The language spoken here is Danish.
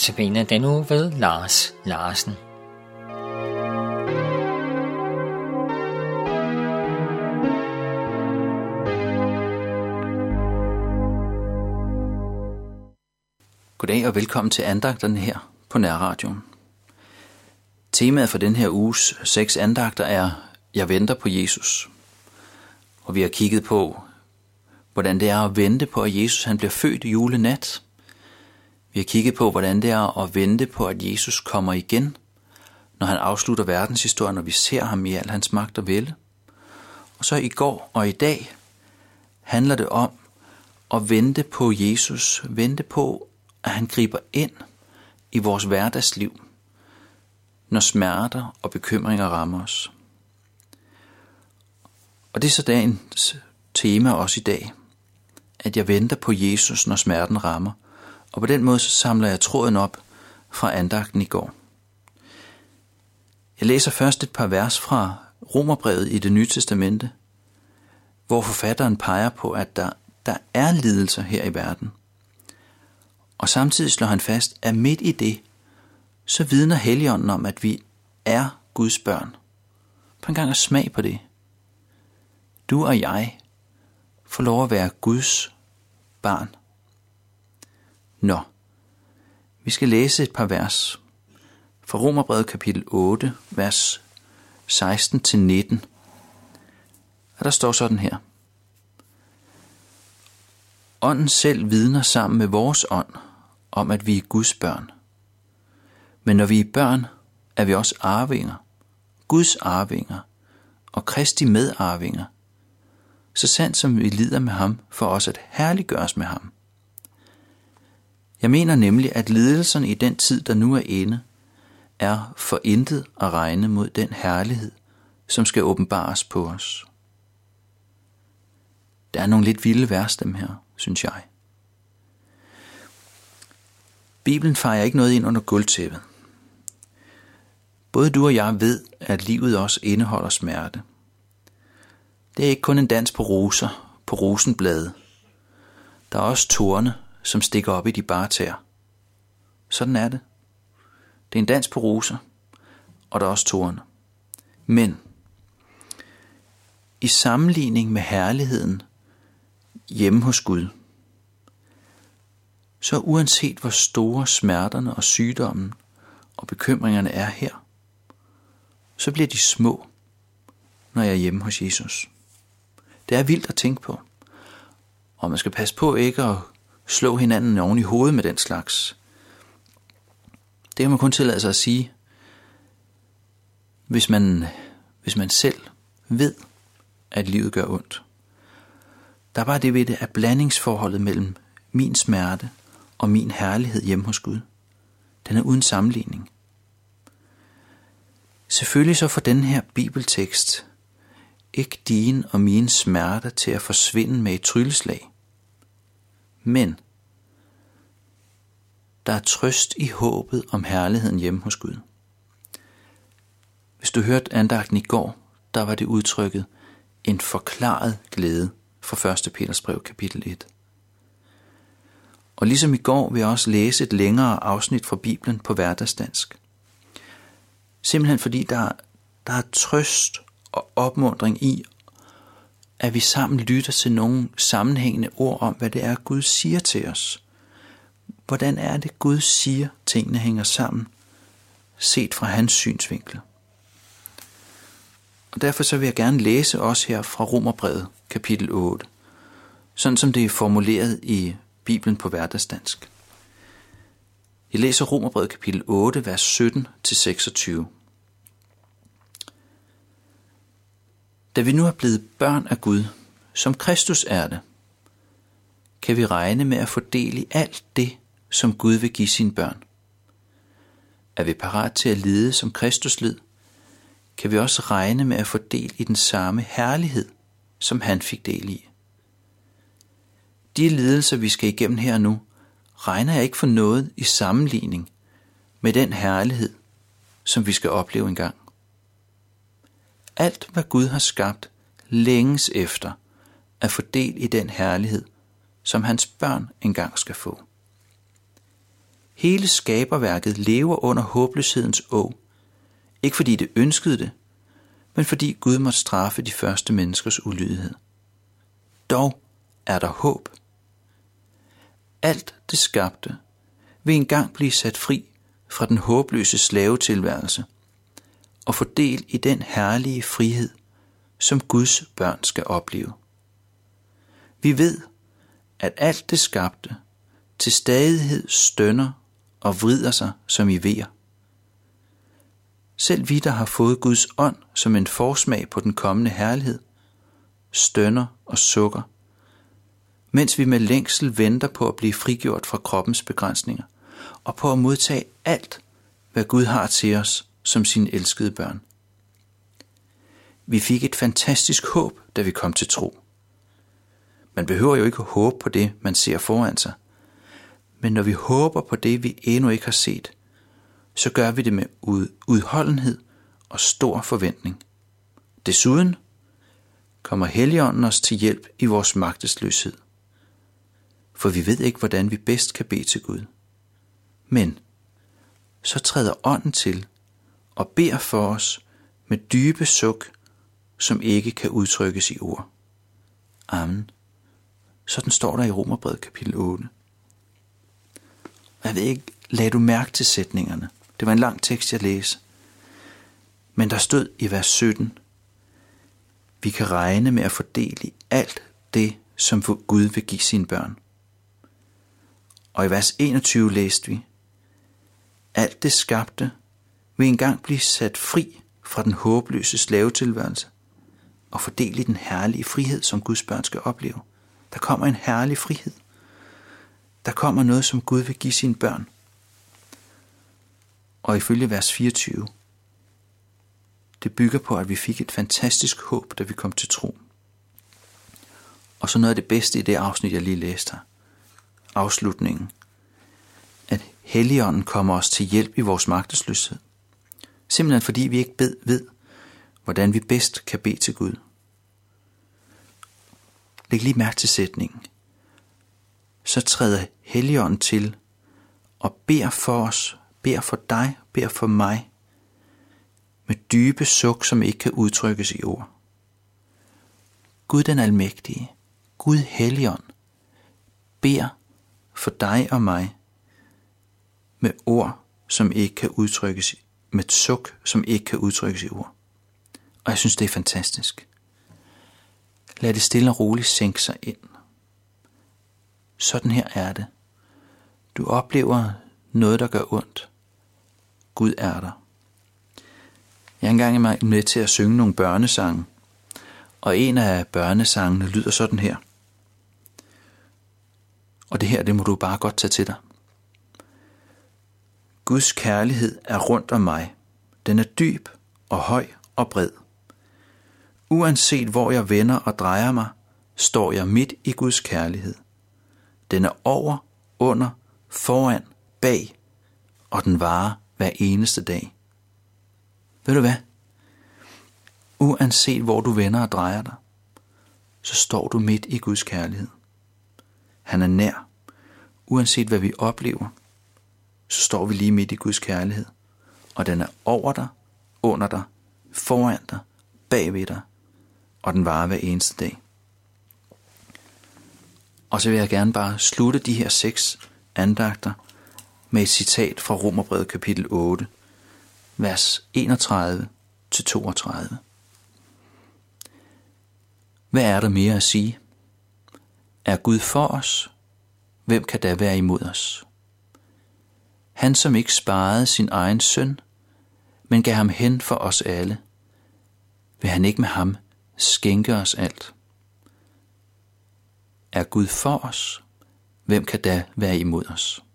Notabene den uge ved Lars Larsen. Goddag og velkommen til andagterne her på Nærradioen. Temaet for den her uges 6 andagter er Jeg venter på Jesus. Og vi har kigget på, hvordan det er at vente på, at Jesus han bliver født julenat. Vi har kigget på, hvordan det er at vente på, at Jesus kommer igen, når han afslutter verdenshistorien, og vi ser ham i al hans magt og vælde. Og så i går og i dag handler det om at vente på Jesus, vente på, at han griber ind i vores hverdagsliv, når smerter og bekymringer rammer os. Og det er så dagens tema også i dag, at jeg venter på Jesus, når smerten rammer. Og på den måde så samler jeg tråden op fra andagten i går. Jeg læser først et par vers fra Romerbrevet i Det Nye Testamente, hvor forfatteren peger på, at der er lidelser her i verden. Og samtidig slår han fast, at midt i det, så vidner Helligånden om, at vi er Guds børn. Prøv en gang at smag på det. Du og jeg får lov at være Guds barn. Nå, vi skal læse et par vers fra Romerbrevet kapitel 8, vers 16-19. Og der står sådan her. Ånden selv vidner sammen med vores ånd om, at vi er Guds børn. Men når vi er børn, er vi også arvinger, Guds arvinger og Kristi medarvinger, så sandt som vi lider med ham, for os at herliggøres med ham. Jeg mener nemlig, at lidelserne i den tid, der nu er inde, er for intet at regne mod den herlighed, som skal åbenbares på os. Der er nogle lidt vilde vers dem her, synes jeg. Bibelen fejer ikke noget ind under gulvtæppet. Både du og jeg ved, at livet også indeholder smerte. Det er ikke kun en dans på roser, på rosenblade. Der er også torne, som stikker op i de bare tæer. Sådan er det. Det er en dans på roser, og der er også torne. Men i sammenligning med herligheden hjemme hos Gud, så uanset hvor store smerterne og sygdommen og bekymringerne er her, så bliver de små, når jeg er hjemme hos Jesus. Det er vildt at tænke på, og man skal passe på ikke at slå hinanden oven i hovedet med den slags. Det kan man kun tillade sig at sige, hvis man selv ved, at livet gør ondt. Der er bare det ved det, at blandingsforholdet mellem min smerte og min herlighed hjemme hos Gud, den er uden sammenligning. Selvfølgelig så får den her bibeltekst ikke dine og mine smerter til at forsvinde med et trylleslag. Men der er trøst i håbet om herligheden hjemme hos Gud. Hvis du hørte andagten i går, der var det udtrykket en forklaret glæde fra 1. Peters brev kapitel 1. Og ligesom i går vil jeg også læse et længere afsnit fra Bibelen på hverdagsdansk. Simpelthen fordi der er trøst og opmuntring i, at vi sammen lytter til nogle sammenhængende ord om, hvad det er, Gud siger til os. Hvordan er det, Gud siger, tingene hænger sammen, set fra hans synsvinkel. Og derfor så vil jeg gerne læse også her fra Romerbrevet kapitel 8, sådan som det er formuleret i Bibelen på hverdagsdansk. Jeg læser Romerbrevet kapitel 8, vers 17-26. Da vi nu er blevet børn af Gud, som Kristus er det, kan vi regne med at få del i alt det, som Gud vil give sine børn. Er vi parat til at lide, som Kristus led, kan vi også regne med at få del i den samme herlighed, som han fik del i. De lidelser, vi skal igennem her nu, regner jeg ikke for noget i sammenligning med den herlighed, som vi skal opleve engang. Alt, hvad Gud har skabt, længes efter at få del i den herlighed, som hans børn engang skal få. Hele skaberværket lever under håbløshedens åg. Ikke fordi det ønskede det, men fordi Gud måtte straffe de første menneskers ulydighed. Dog er der håb. Alt det skabte vil engang blive sat fri fra den håbløse slavetilværelse og få del i den herlige frihed, som Guds børn skal opleve. Vi ved, at alt det skabte til stadighed stønner og vrider sig som i vejer. Selv vi, der har fået Guds ånd som en forsmag på den kommende herlighed, stønner og sukker, mens vi med længsel venter på at blive frigjort fra kroppens begrænsninger og på at modtage alt, hvad Gud har til os som sine elskede børn. Vi fik et fantastisk håb, da vi kom til tro. Man behøver jo ikke at håbe på det, man ser foran sig. Men når vi håber på det, vi endnu ikke har set, så gør vi det med udholdenhed og stor forventning. Desuden kommer Helligånden os til hjælp i vores magtesløshed. For vi ved ikke, hvordan vi bedst kan bede til Gud. Men så træder Ånden til og beder for os med dybe suk, som ikke kan udtrykkes i ord. Amen. Sådan står der i Romerbrevet kapitel 8. Jeg ved ikke, lagde du mærke til sætningerne? Det var en lang tekst, jeg læste. Men der stod i vers 17, vi kan regne med at fordele i alt det, som Gud vil give sine børn. Og i vers 21 læste vi, alt det skabte vil engang blive sat fri fra den håbløse slavetilværelse og fordele i den herlige frihed, som Guds børn skal opleve. Der kommer en herlig frihed. Der kommer noget, som Gud vil give sine børn. Og ifølge vers 24, det bygger på, at vi fik et fantastisk håb, da vi kom til tro. Og så noget af det bedste i det afsnit, jeg lige læste her. Afslutningen. At Helligånden kommer os til hjælp i vores magtesløshed. Simpelthen fordi vi ikke ved, hvordan vi bedst kan bede til Gud. Læg lige mærke til sætningen. Så træder Helligånden til og beder for os, beder for dig, beder for mig, med dybe suk, som ikke kan udtrykkes i ord. Gud den almægtige, Gud Helligånd, beder for dig og mig, med ord, som ikke kan udtrykkes, med et suk, som ikke kan udtrykkes i ord. Og jeg synes, det er fantastisk. Lad det stille og roligt sænke sig ind. Sådan her er det. Du oplever noget, der gør ondt. Gud er der. Jeg er engang med til at synge nogle børnesange, og en af børnesangene lyder sådan her. Og det her, det må du bare godt tage til dig. Guds kærlighed er rundt om mig. Den er dyb og høj og bred. Uanset hvor jeg vender og drejer mig, står jeg midt i Guds kærlighed. Den er over, under, foran, bag, og den varer hver eneste dag. Ved du hvad? Uanset hvor du vender og drejer dig, så står du midt i Guds kærlighed. Han er nær. Uanset hvad vi oplever, så står vi lige midt i Guds kærlighed. Og den er over dig, under dig, foran dig, bagved dig, og den varer hver eneste dag. Og så vil jeg gerne bare slutte de her 6 andagter med et citat fra Romerbrevet kapitel 8, vers 31-32. Hvad er der mere at sige? Er Gud for os? Hvem kan da være imod os? Han, som ikke sparede sin egen søn, men gav ham hen for os alle, vil han ikke med ham skænke os alt? Er Gud for os? Hvem kan da være imod os?